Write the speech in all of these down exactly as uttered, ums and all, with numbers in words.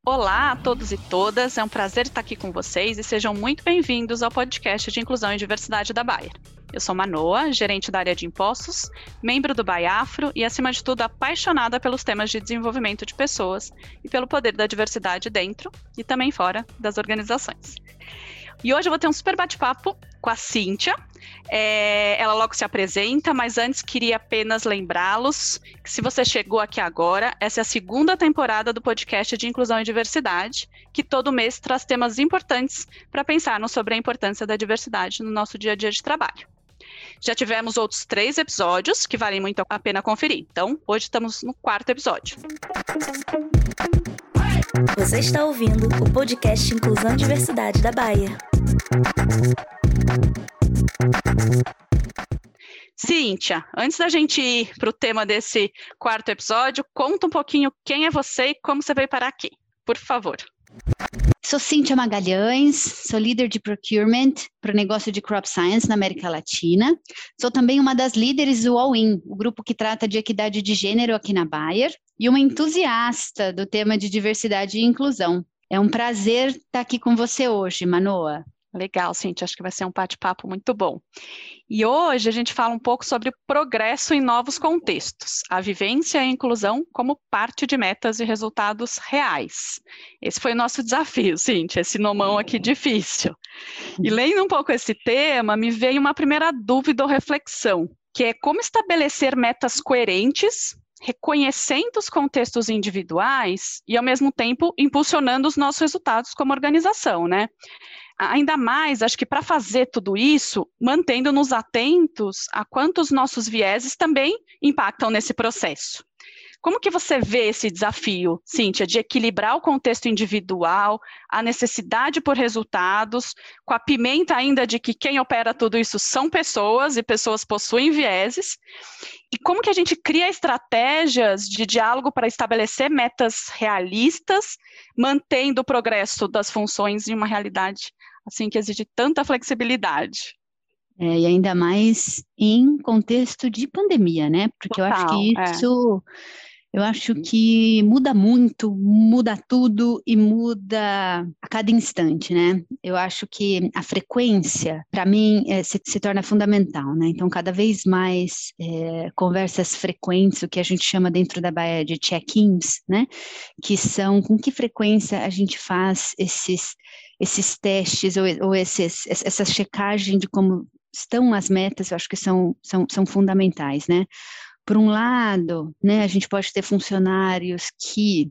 Olá a todos e todas, é um prazer estar aqui com vocês e sejam muito bem-vindos ao podcast de Inclusão e Diversidade da Bayer. Eu sou Manoa, gerente da área de impostos, membro do Baiafro e, acima de tudo, apaixonada pelos temas de desenvolvimento de pessoas e pelo poder da diversidade dentro e também fora das organizações. E hoje eu vou ter um super bate-papo com a Cíntia. É, ela logo se apresenta, mas antes queria apenas lembrá-los que se você chegou aqui agora, essa é a segunda temporada do podcast de Inclusão e Diversidade, que todo mês traz temas importantes para pensarmos sobre a importância da diversidade no nosso dia a dia de trabalho. Já tivemos outros três episódios que valem muito a pena conferir, então hoje estamos no quarto episódio. Você está ouvindo o podcast Inclusão e Diversidade da Bayer. Cíntia, antes da gente ir para o tema desse quarto episódio, conta um pouquinho quem é você e como você veio parar aqui, por favor. Sou Cíntia Magalhães, sou líder de procurement para o negócio de crop science na América Latina. Sou também uma das líderes do All-In, o grupo que trata de equidade de gênero aqui na Bayer, e uma entusiasta do tema de diversidade e inclusão. É um prazer estar aqui com você hoje, Manoa. Legal, Cíntia, acho que vai ser um bate-papo muito bom. E hoje a gente fala um pouco sobre progresso em novos contextos, a vivência e a inclusão como parte de metas e resultados reais. Esse foi o nosso desafio, Cíntia, esse nomão aqui difícil. E lendo um pouco esse tema, me veio uma primeira dúvida ou reflexão, que é como estabelecer metas coerentes, reconhecendo os contextos individuais e, ao mesmo tempo, impulsionando os nossos resultados como organização, né? Ainda mais, acho que para fazer tudo isso, mantendo-nos atentos a quantos nossos vieses também impactam nesse processo. Como que você vê esse desafio, Cíntia, de equilibrar o contexto individual, a necessidade por resultados, com a pimenta ainda de que quem opera tudo isso são pessoas e pessoas possuem vieses? E como que a gente cria estratégias de diálogo para estabelecer metas realistas, mantendo o progresso das funções em uma realidade assim que exige tanta flexibilidade? É, e ainda mais em contexto de pandemia, né? Porque Total, eu acho que isso, é. eu acho que muda muito, muda tudo e muda a cada instante, né? Eu acho que a frequência, para mim, é, se, se torna fundamental, né? Então, cada vez mais é, conversas frequentes, o que a gente chama dentro da Bayer de check-ins, né? Que são com que frequência a gente faz esses, esses testes ou, ou esses, essa checagem de como estão as metas, eu acho que são, são, são fundamentais, né? Por um lado, né, a gente pode ter funcionários que,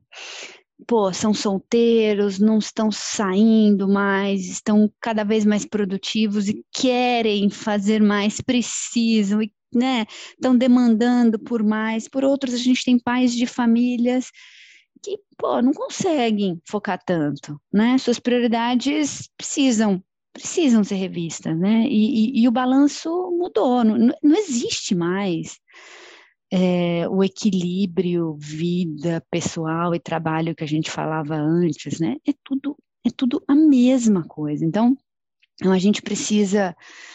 pô, são solteiros, não estão saindo mais, estão cada vez mais produtivos e querem fazer mais, precisam, e, né, estão demandando por mais. Por outros, a gente tem pais de famílias que, pô, não conseguem focar tanto, né? Suas prioridades precisam precisam ser revistas, né? E, e, e o balanço mudou, não, não existe mais é, o equilíbrio vida pessoal e trabalho que a gente falava antes, né? É tudo, é tudo a mesma coisa. Então, a gente precisa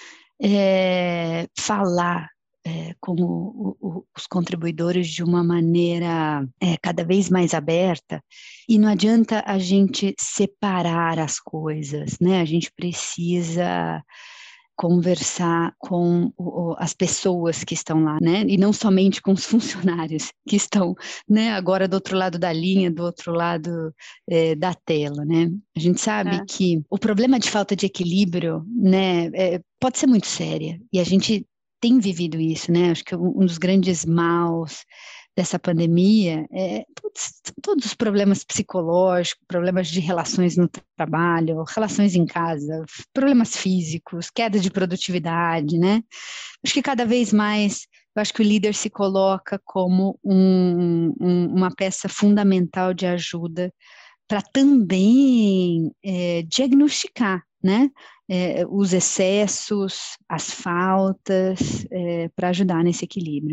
é, falar É, com o, o, os contribuidores de uma maneira é, cada vez mais aberta, e não adianta a gente separar as coisas, né? A gente precisa conversar com o, as pessoas que estão lá, né? E não somente com os funcionários que estão, né, agora do outro lado da linha, do outro lado é, da tela, né? A gente sabe é. que o problema de falta de equilíbrio, né, é, pode ser muito séria, e a gente tem vivido isso, né? Acho que um dos grandes maus dessa pandemia é putz, todos os problemas psicológicos, problemas de relações no trabalho, relações em casa, problemas físicos, queda de produtividade, né? Acho que cada vez mais, eu acho que o líder se coloca como um, um, uma peça fundamental de ajuda para também é, diagnosticar, né? É, os excessos, as faltas, é, para ajudar nesse equilíbrio.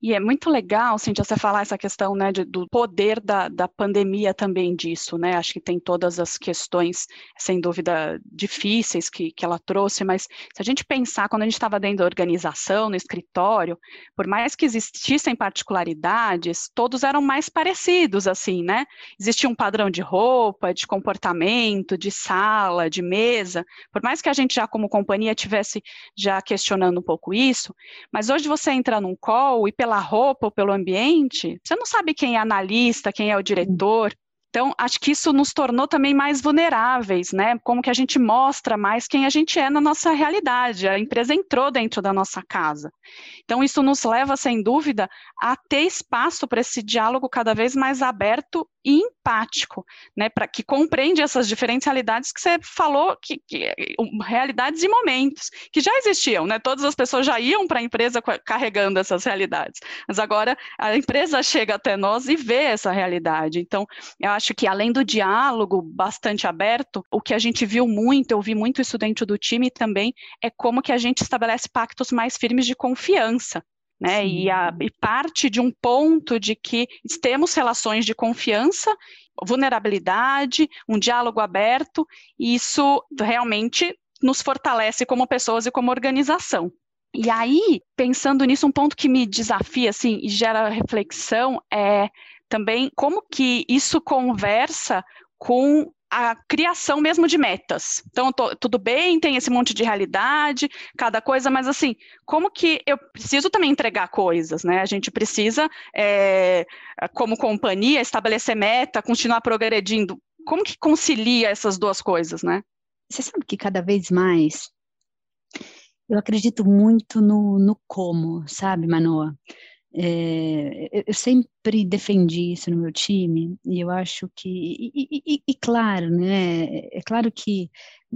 E é muito legal, Cíntia, você falar essa questão, né, de, do poder da, da pandemia também disso, né? Acho que tem todas as questões, sem dúvida, difíceis que, que ela trouxe, mas se a gente pensar, quando a gente estava dentro da organização, no escritório, por mais que existissem particularidades, todos eram mais parecidos, assim, né? Existia um padrão de roupa, de comportamento, de sala, de mesa, por mais que a gente já como companhia tivesse já questionando um pouco isso, mas hoje você entra num call e pela roupa ou pelo ambiente, você não sabe quem é analista, quem é o diretor. Então, acho que isso nos tornou também mais vulneráveis, né? Como que a gente mostra mais quem a gente é na nossa realidade. A empresa entrou dentro da nossa casa. Então, isso nos leva, sem dúvida, a ter espaço para esse diálogo cada vez mais aberto e empático, né? Para que compreende essas diferentes realidades que você falou, que, que, realidades e momentos, que já existiam, né? Todas as pessoas já iam para a empresa carregando essas realidades, mas agora a empresa chega até nós e vê essa realidade. Então, eu acho que além do diálogo bastante aberto, o que a gente viu muito, eu vi muito isso dentro do time também, é como que a gente estabelece pactos mais firmes de confiança, né? E, a, e parte de um ponto de que temos relações de confiança, vulnerabilidade, um diálogo aberto, e isso realmente nos fortalece como pessoas e como organização. E aí, pensando nisso, um ponto que me desafia assim, e gera reflexão é também como que isso conversa com a criação mesmo de metas. Então, tô, tudo bem, tem esse monte de realidade, cada coisa, mas assim, como que eu preciso também entregar coisas, né? A gente precisa, é, como companhia, estabelecer meta, continuar progredindo. Como que concilia essas duas coisas, né? Você sabe que cada vez mais eu acredito muito no, no como, sabe, Manoa? É, eu sempre defendi isso no meu time, e eu acho que, e, e, e claro, né, é claro que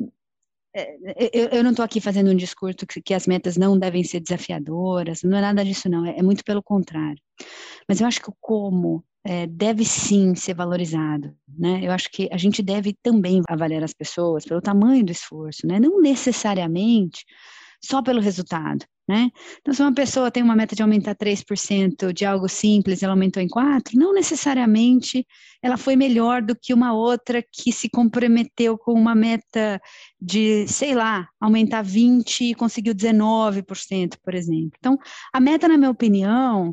é, eu, eu não estou aqui fazendo um discurso que, que as metas não devem ser desafiadoras, não é nada disso não, é, é muito pelo contrário, mas eu acho que o como é, deve sim ser valorizado, né, eu acho que a gente deve também avaliar as pessoas pelo tamanho do esforço, né, não necessariamente só pelo resultado, né? Então, se uma pessoa tem uma meta de aumentar três por cento de algo simples, ela aumentou em quatro por cento, não necessariamente ela foi melhor do que uma outra que se comprometeu com uma meta de, sei lá, aumentar vinte por cento e conseguiu dezenove por cento, por exemplo. Então, a meta, na minha opinião,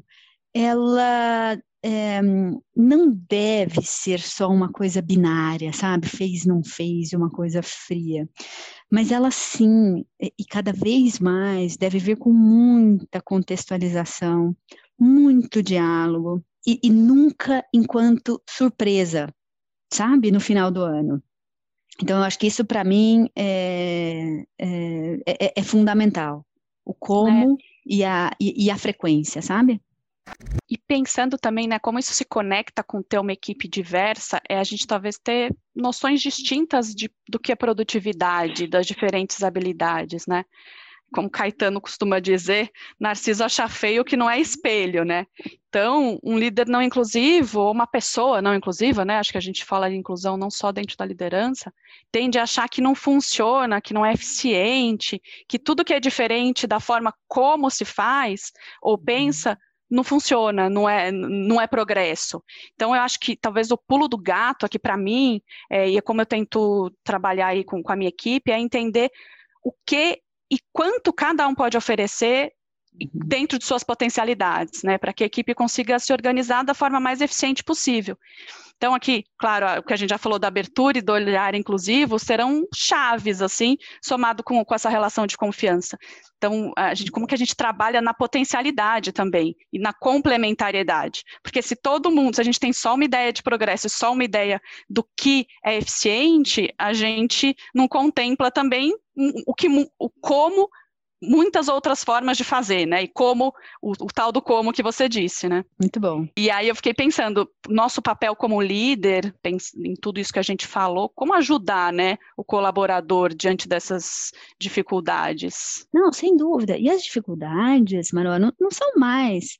ela é, não deve ser só uma coisa binária, sabe? Fez, não fez, uma coisa fria. Mas ela sim, e cada vez mais, deve vir com muita contextualização, muito diálogo, e, e nunca enquanto surpresa, sabe? No final do ano. Então, eu acho que isso, para mim, é, é, é, é fundamental. O como é. e, a, e, e a frequência, sabe? E pensando também, né, como isso se conecta com ter uma equipe diversa, é a gente talvez ter noções distintas de, do que é produtividade, das diferentes habilidades, né? Como Caetano costuma dizer, Narciso acha feio que não é espelho, né? Então, um líder não inclusivo, ou uma pessoa não inclusiva, né? Acho que a gente fala de inclusão não só dentro da liderança, tende a achar que não funciona, que não é eficiente, que tudo que é diferente da forma como se faz, ou pensa, não funciona, não é, não é progresso. Então, eu acho que talvez o pulo do gato aqui para mim, é, e é como eu tento trabalhar aí com, com a minha equipe, é entender o que e quanto cada um pode oferecer dentro de suas potencialidades, né, para que a equipe consiga se organizar da forma mais eficiente possível. Então, aqui, claro, o que a gente já falou da abertura e do olhar inclusivo serão chaves, assim, somado com, com essa relação de confiança. Então, a gente, como que a gente trabalha na potencialidade também e na complementariedade? Porque se todo mundo, se a gente tem só uma ideia de progresso, só uma ideia do que é eficiente, a gente não contempla também o, que, o como muitas outras formas de fazer, né? E como, o, o tal do como que você disse, né? Muito bom. E aí eu fiquei pensando, nosso papel como líder, em tudo isso que a gente falou, como ajudar, né, o colaborador diante dessas dificuldades? Não, sem dúvida. E as dificuldades, Manuela, não, não são mais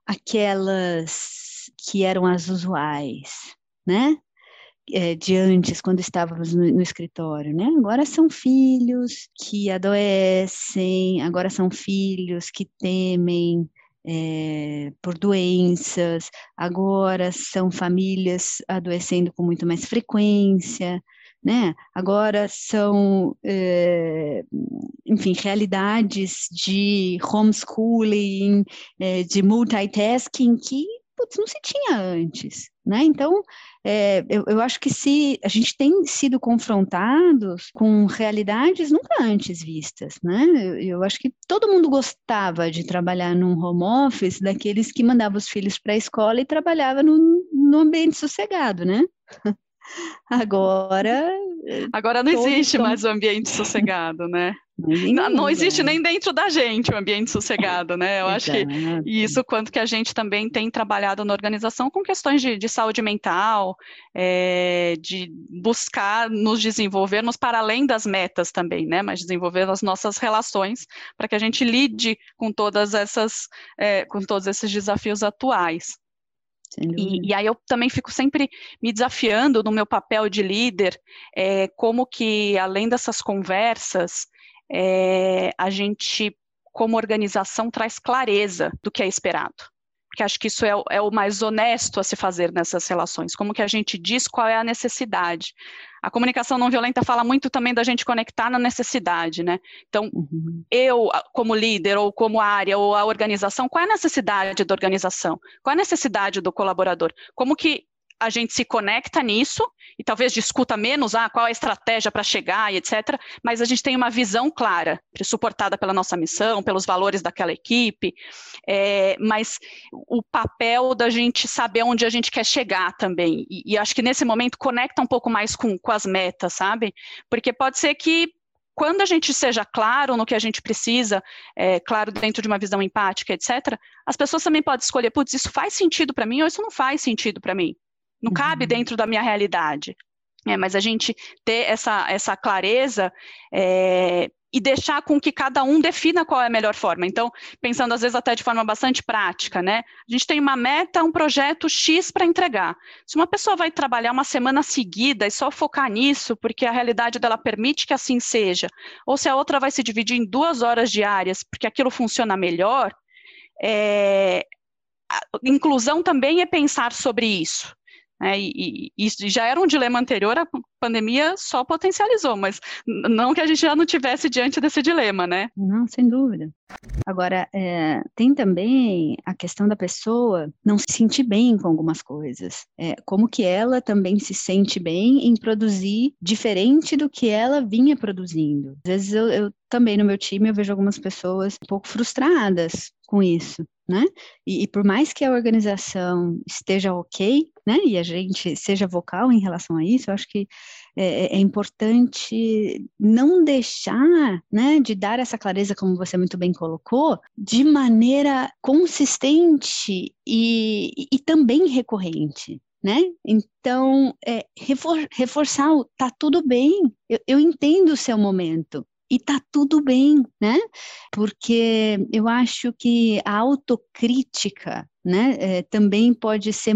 aquelas que eram as usuais, né? É, de antes, quando estávamos no, no escritório, né? Agora são filhos que adoecem, agora são filhos que temem é, por doenças, agora são famílias adoecendo com muito mais frequência, né? Agora são, é, enfim, realidades de homeschooling, é, de multitasking que, putz, não se tinha antes, né? Então, é, eu, eu acho que se a gente tem sido confrontados com realidades nunca antes vistas, né? Eu, eu acho que todo mundo gostava de trabalhar num home office, daqueles que mandavam os filhos para a escola e trabalhava no, no ambiente sossegado, né? Agora... Agora não existe estão... mais o ambiente sossegado, né? Não, não existe nem dentro da gente o ambiente sossegado, né? Eu acho que isso, quanto que a gente também tem trabalhado na organização com questões de, de saúde mental, é, de buscar nos desenvolvermos para além das metas também, né? Mas desenvolver as nossas relações para que a gente lide com todas essas, é, com todos esses desafios atuais. E, e aí eu também fico sempre me desafiando no meu papel de líder, é, como que além dessas conversas, é, a gente, como organização, traz clareza do que é esperado. Porque acho que isso é, é o mais honesto a se fazer nessas relações, como que a gente diz qual é a necessidade. A comunicação não violenta fala muito também da gente conectar na necessidade, né? Então, uhum. eu, como líder, ou como área, ou a organização, qual é a necessidade da organização? Qual é a necessidade do colaborador? Como que a gente se conecta nisso, e talvez discuta menos ah, qual é a estratégia para chegar e etcétera, mas a gente tem uma visão clara, suportada pela nossa missão, pelos valores daquela equipe, é, mas o papel da gente saber onde a gente quer chegar também, e, e acho que nesse momento conecta um pouco mais com, com as metas, sabe? Porque pode ser que quando a gente seja claro no que a gente precisa, é, claro dentro de uma visão empática, etcétera, as pessoas também podem escolher, putz, isso faz sentido para mim ou isso não faz sentido para mim. Não cabe dentro da minha realidade, é, mas a gente ter essa, essa clareza é, e deixar com que cada um defina qual é a melhor forma. Então, pensando às vezes até de forma bastante prática, né? A gente tem uma meta, um projeto X para entregar. Se uma pessoa vai trabalhar uma semana seguida e só focar nisso, porque a realidade dela permite que assim seja, ou se a outra vai se dividir em duas horas diárias, porque aquilo funciona melhor, é, a inclusão também é pensar sobre isso. É, e, e isso já era um dilema anterior, a pandemia só potencializou, mas não que a gente já não tivesse diante desse dilema, né? Não, sem dúvida. Agora, é, tem também a questão da pessoa não se sentir bem com algumas coisas. É, como que ela também se sente bem em produzir diferente do que ela vinha produzindo. Às vezes eu, eu também no meu time eu vejo algumas pessoas um pouco frustradas com isso, né? E, e por mais que a organização esteja ok, né? E a gente seja vocal em relação a isso, eu acho que é, é importante não deixar, né, de dar essa clareza, como você muito bem colocou, de maneira consistente e, e também recorrente. Né? Então, é, refor reforçar o tá tudo bem, eu, eu entendo o seu momento, e tá tudo bem, né? Porque eu acho que a autocrítica, né, é, também pode ser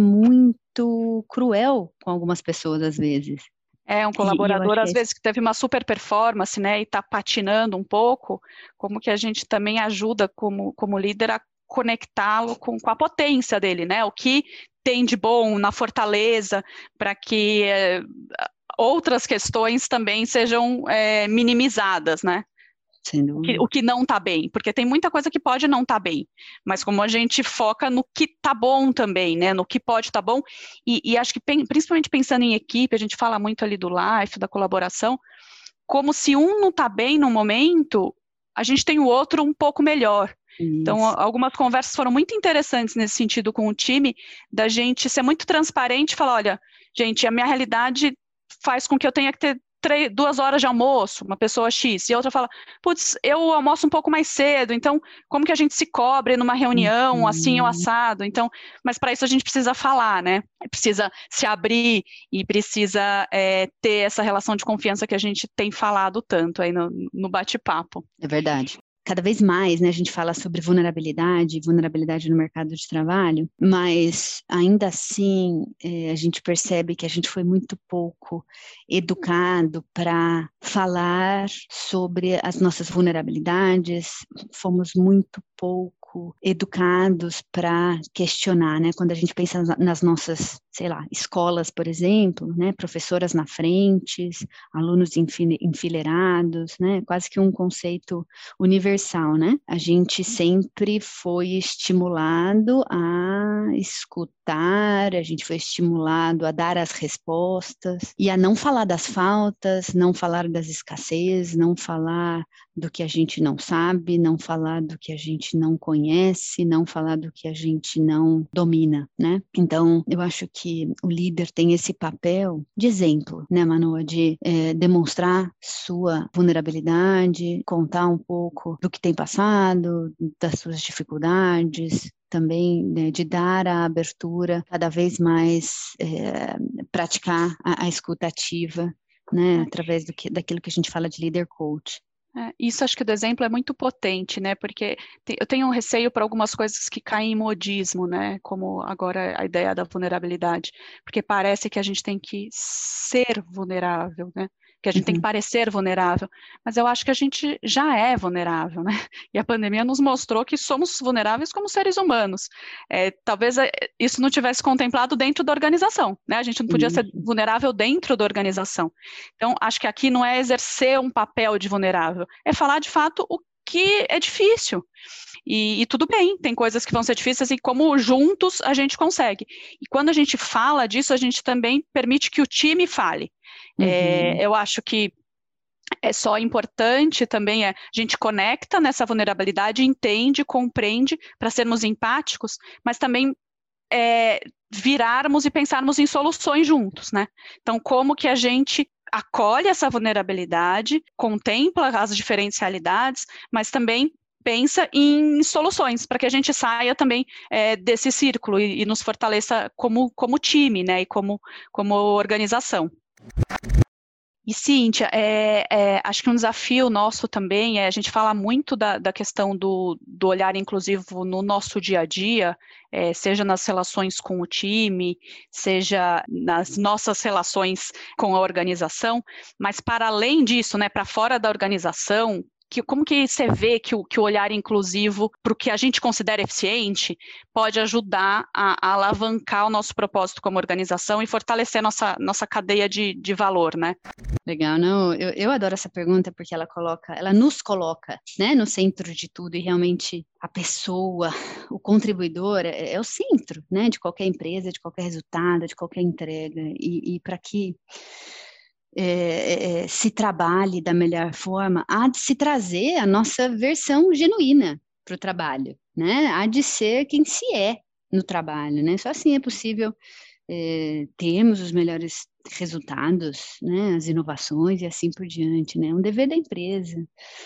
muito cruel com algumas pessoas, às vezes. É, um colaborador, às vezes, que teve uma super performance, né, e está patinando um pouco, como que a gente também ajuda, como, como líder, a conectá-lo com, com a potência dele, né, o que tem de bom na fortaleza, para que é, outras questões também sejam é, minimizadas, né. O que, o que não está bem, porque tem muita coisa que pode não estar tá bem, mas como a gente foca no que está bom também, né, no que pode estar tá bom, e, e acho que principalmente pensando em equipe, a gente fala muito ali do life, da colaboração, como se um não está bem no momento, a gente tem o outro um pouco melhor. Isso. Então, algumas conversas foram muito interessantes nesse sentido com o time, da gente ser muito transparente e falar, olha, gente, a minha realidade faz com que eu tenha que ter Três, duas horas de almoço, uma pessoa X, e outra fala, putz, eu almoço um pouco mais cedo, então como que a gente se cobre numa reunião, uhum. assim, ou assado, então, mas para isso a gente precisa falar, né, precisa se abrir e precisa é, ter essa relação de confiança que a gente tem falado tanto aí no, no bate-papo. É verdade. Cada vez mais, né, a gente fala sobre vulnerabilidade, vulnerabilidade no mercado de trabalho, mas ainda assim é, a gente percebe que a gente foi muito pouco educado para falar sobre as nossas vulnerabilidades, fomos muito pouco pouco educados para questionar, né? Quando a gente pensa nas nossas, sei lá, escolas, por exemplo, né? Professoras na frente, alunos enfileirados, né? Quase que um conceito universal, né? A gente sempre foi estimulado a escutar, a gente foi estimulado a dar as respostas e a não falar das faltas, não falar das escassez, não falar do que a gente não sabe, não falar do que a gente não conhece, não falar do que a gente não domina, né? Então, eu acho que o líder tem esse papel de exemplo, né, Manoa, de é, demonstrar sua vulnerabilidade, contar um pouco do que tem passado, das suas dificuldades, também, né, de dar a abertura, cada vez mais é, praticar a, a escuta ativa, né, através do que, daquilo que a gente fala de líder coach. É, isso acho que do exemplo é muito potente, né? Porque te, eu tenho um receio para algumas coisas que caem em modismo, né? Como agora a ideia da vulnerabilidade, porque parece que a gente tem que ser vulnerável, né? Que a gente uhum. tem que parecer vulnerável, mas eu acho que a gente já é vulnerável, né? E a pandemia nos mostrou que somos vulneráveis como seres humanos. É, talvez isso não tivesse contemplado dentro da organização, né? A gente não podia uhum. ser vulnerável dentro da organização. Então, acho que aqui não é exercer um papel de vulnerável, é falar de fato o que é difícil. E, e tudo bem, tem coisas que vão ser difíceis e como juntos a gente consegue. E quando a gente fala disso, a gente também permite que o time fale. Uhum. É, eu acho que é só importante também, é, a gente conecta nessa vulnerabilidade, entende, compreende, para sermos empáticos, mas também é, virarmos e pensarmos em soluções juntos, né? Então, como que a gente acolhe essa vulnerabilidade, contempla as diferencialidades, mas também pensa em soluções para que a gente saia também é, desse círculo e, e nos fortaleça como, como time, né? E como, como organização. E, Cíntia, é, é, acho que um desafio nosso também é, a gente fala muito da, da questão do, do olhar inclusivo no nosso dia a dia, é, seja nas relações com o time, seja nas nossas relações com a organização, mas para além disso, né, para fora da organização, que, como que você vê que o, que o olhar inclusivo para o que a gente considera eficiente pode ajudar a, a alavancar o nosso propósito como organização e fortalecer nossa, nossa cadeia de, de valor, né? Legal, não, eu, eu adoro essa pergunta porque ela coloca, ela nos coloca, né, no centro de tudo e realmente a pessoa, o contribuidor é, é o centro, né, de qualquer empresa, de qualquer resultado, de qualquer entrega e, e para que É, é, se trabalhe da melhor forma, há de se trazer a nossa versão genuína para o trabalho, né? Há de ser quem se é no trabalho, né? Só assim é possível é, termos os melhores resultados, né? As inovações e assim por diante, né? É um dever da empresa,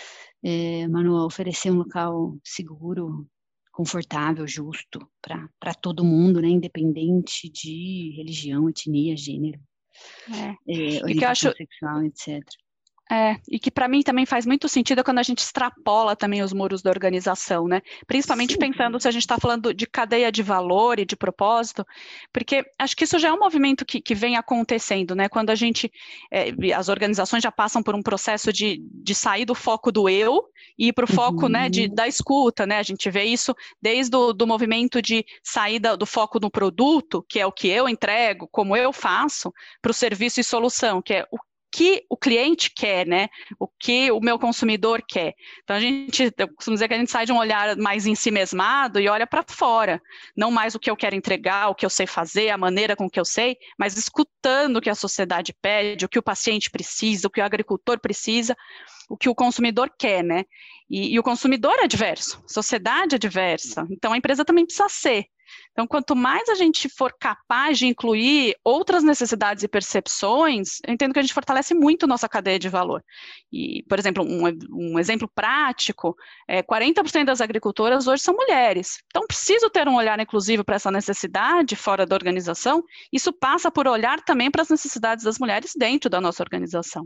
é, Manuel, oferecer um local seguro, confortável, justo para todo mundo, né? Independente de religião, etnia, gênero. É. É, orientação acho, sexual, etcétera. É, e que para mim também faz muito sentido quando a gente extrapola também os muros da organização, né? Principalmente Sim. pensando se a gente está falando de cadeia de valor e de propósito, porque acho que isso já é um movimento que, que vem acontecendo, né? Quando a gente, é, as organizações já passam por um processo de, de sair do foco do eu e ir para o foco, uhum. né, de, da escuta, né? A gente vê isso desde o do movimento de saída do foco no produto, que é o que eu entrego, como eu faço, para o serviço e solução, que é o que o cliente quer, né? O que o meu consumidor quer. Então, a gente, eu costumo dizer que a gente sai de um olhar mais em si mesmado e olha para fora. Não mais o que eu quero entregar, o que eu sei fazer, a maneira com que eu sei, mas escutando o que a sociedade pede, o que o paciente precisa, o que o agricultor precisa, o que o consumidor quer, né? E, e o consumidor é diverso, a sociedade é diversa, então a empresa também precisa ser. Então, quanto mais a gente for capaz de incluir outras necessidades e percepções, eu entendo que a gente fortalece muito nossa cadeia de valor. E, por exemplo, um, um exemplo prático, é, quarenta por cento das agricultoras hoje são mulheres. Então, preciso ter um olhar inclusivo para essa necessidade fora da organização. Isso passa por olhar também para as necessidades das mulheres dentro da nossa organização.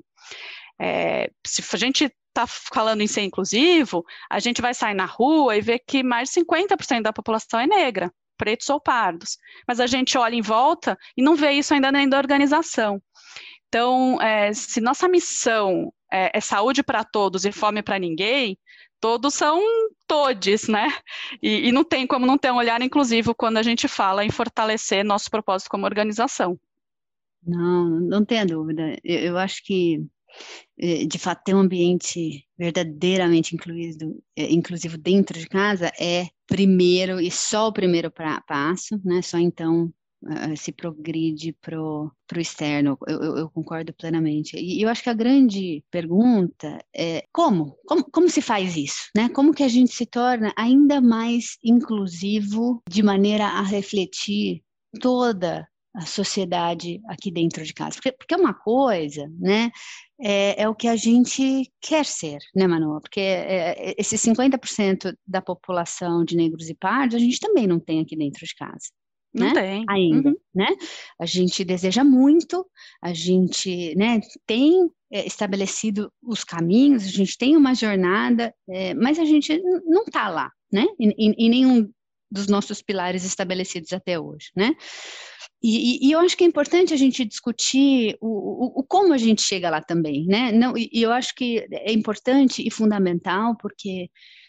É, se a gente está falando em ser inclusivo, a gente vai sair na rua e ver que mais de cinquenta por cento da população é negra, pretos ou pardos, mas a gente olha em volta e não vê isso ainda dentro da organização. Então, é, se nossa missão é, é saúde para todos e fome para ninguém, todos são todes, né? E, e não tem como não ter um olhar inclusivo quando a gente fala em fortalecer nosso propósito como organização. Não, não tenha dúvida. Eu, eu acho que, de fato, ter um ambiente verdadeiramente incluído, inclusivo dentro de casa é primeiro e só o primeiro pra, passo, né? Só então uh, se progride para o externo. Eu, eu, eu concordo plenamente. E eu acho que a grande pergunta é como? como? Como se faz isso, né? Como que a gente se torna ainda mais inclusivo de maneira a refletir toda a sociedade aqui dentro de casa, porque, porque uma coisa, né, é, é o que a gente quer ser, né, Manu? Porque é, é, esses cinquenta por cento da população de negros e pardos, a gente também não tem aqui dentro de casa. Não né? tem. Ainda, uhum. né? A gente deseja muito, a gente, né, tem é, estabelecido os caminhos, a gente tem uma jornada, é, mas a gente não está lá, né? Em, em, em nenhum dos nossos pilares estabelecidos até hoje, né? E, e, e eu acho que é importante a gente discutir o, o, o como a gente chega lá também, né? Não, e, e eu acho que é importante e fundamental, porque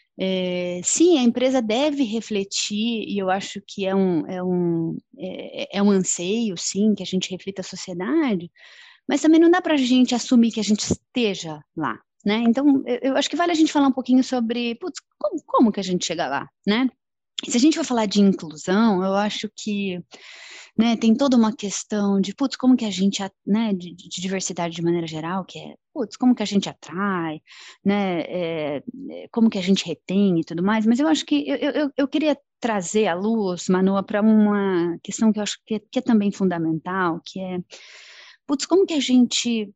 é, sim, a empresa deve refletir, e eu acho que é um, é, um, é, é um anseio, sim, que a gente reflita a sociedade, mas também não dá para a gente assumir que a gente esteja lá, né? Então, eu, eu acho que vale a gente falar um pouquinho sobre, putz, como, como que a gente chega lá, né? E se a gente for falar de inclusão, eu acho que, né, tem toda uma questão de, putz, como que a gente, né, de, de diversidade de maneira geral, que é, putz, como que a gente atrai, né, é, como que a gente retém e tudo mais, mas eu acho que, eu, eu, eu queria trazer à luz, Manoa, para uma questão que eu acho que é, que é também fundamental, que é, putz, como que a gente...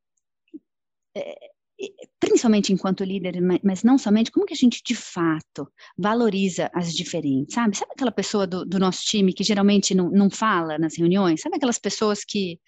É, principalmente enquanto líder, mas não somente, como que a gente de fato valoriza as diferentes, sabe? Sabe aquela pessoa do, do nosso time que geralmente não, não fala nas reuniões? Sabe aquelas pessoas que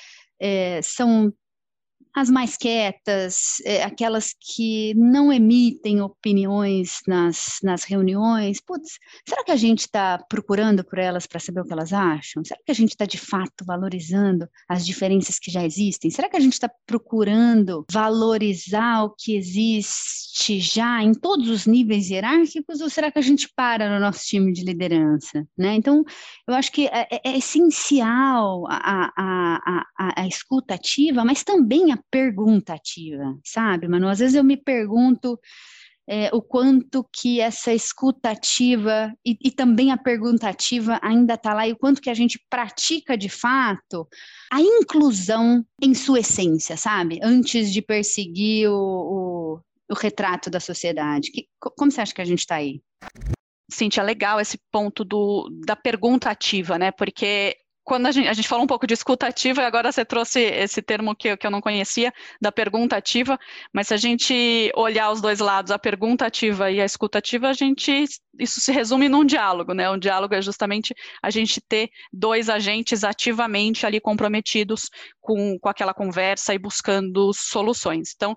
é, são as mais quietas, é, aquelas que não emitem opiniões nas, nas reuniões? Putz, será que a gente está procurando por elas para saber o que elas acham? Será que a gente está de fato valorizando as diferenças que já existem? Será que a gente está procurando valorizar o que existe já em todos os níveis hierárquicos, ou será que a gente para no nosso time de liderança, né? Então, eu acho que é, é essencial a, a, a, a escuta ativa, mas também a pergunta ativa, sabe, Manu? Às vezes eu me pergunto é, o quanto que essa escuta ativa e, e também a pergunta ativa ainda está lá, e o quanto que a gente pratica de fato a inclusão em sua essência, sabe? Antes de perseguir o, o, o retrato da sociedade. Que, como você acha que a gente está aí? Cíntia, é legal esse ponto do, da pergunta ativa, né? Porque quando a gente, a gente falou um pouco de escuta ativa, e agora você trouxe esse termo que, que eu não conhecia, da pergunta ativa, mas se a gente olhar os dois lados, a pergunta ativa e a escuta ativa, a gente, isso se resume num diálogo, né? Um diálogo é justamente a gente ter dois agentes ativamente ali comprometidos com, com aquela conversa e buscando soluções. Então,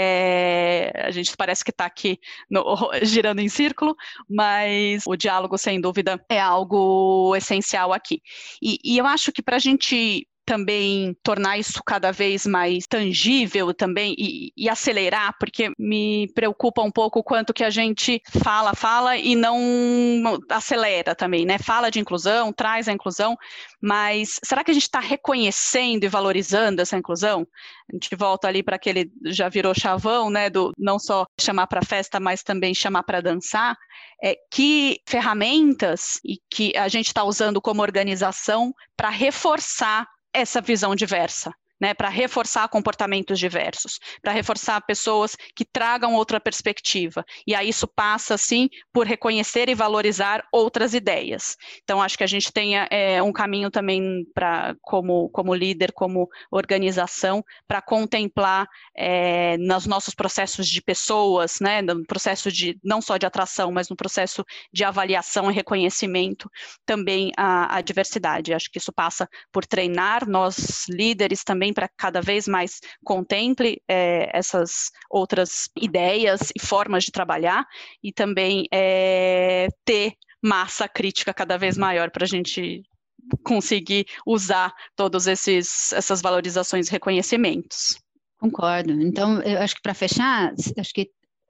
é, a gente parece que está aqui no, girando em círculo, mas o diálogo, sem dúvida, é algo essencial aqui. E, e eu acho que para a gente também tornar isso cada vez mais tangível também e, e acelerar, porque me preocupa um pouco o quanto que a gente fala, fala e não acelera também, né? Fala de inclusão, traz a inclusão, mas será que a gente está reconhecendo e valorizando essa inclusão? A gente volta ali para aquele, já virou chavão, né, do não só chamar para festa, mas também chamar para dançar. É, que ferramentas e que a gente está usando como organização para reforçar essa visão diversa, né, para reforçar comportamentos diversos, para reforçar pessoas que tragam outra perspectiva. E aí isso passa, sim, por reconhecer e valorizar outras ideias. Então, acho que a gente tem é, um caminho também para, como, como líder, como organização, para contemplar é, nos nossos processos de pessoas, né, no processo de, não só de atração, mas no processo de avaliação e reconhecimento, também a, a diversidade. Acho que isso passa por treinar nós líderes também para cada vez mais contemple é, essas outras ideias e formas de trabalhar e também é, ter massa crítica cada vez maior para a gente conseguir usar todas essas valorizações e reconhecimentos. Concordo. Então, eu acho que para fechar, acho que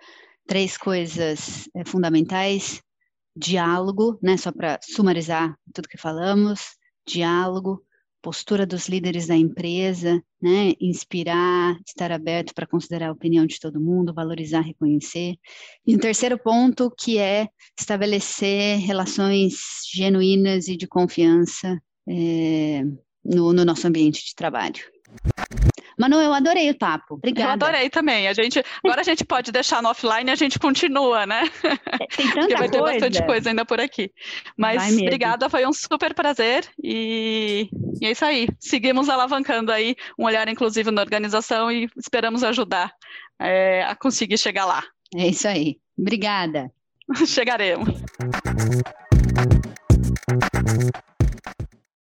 três coisas é, fundamentais: diálogo, né, só para sumarizar tudo que falamos, diálogo, postura dos líderes da empresa, né, inspirar, estar aberto para considerar a opinião de todo mundo, valorizar, reconhecer. E um terceiro ponto, que é estabelecer relações genuínas e de confiança é, no, no nosso ambiente de trabalho. Manu, eu adorei o papo. Obrigada. Eu adorei também. A gente, agora a gente pode deixar no offline e a gente continua, né? Tem tanta Porque vai coisa. ter bastante coisa ainda por aqui. Mas obrigada, foi um super prazer. E, e é isso aí. Seguimos alavancando aí um olhar inclusivo na organização e esperamos ajudar é, a conseguir chegar lá. É isso aí. Obrigada. Chegaremos.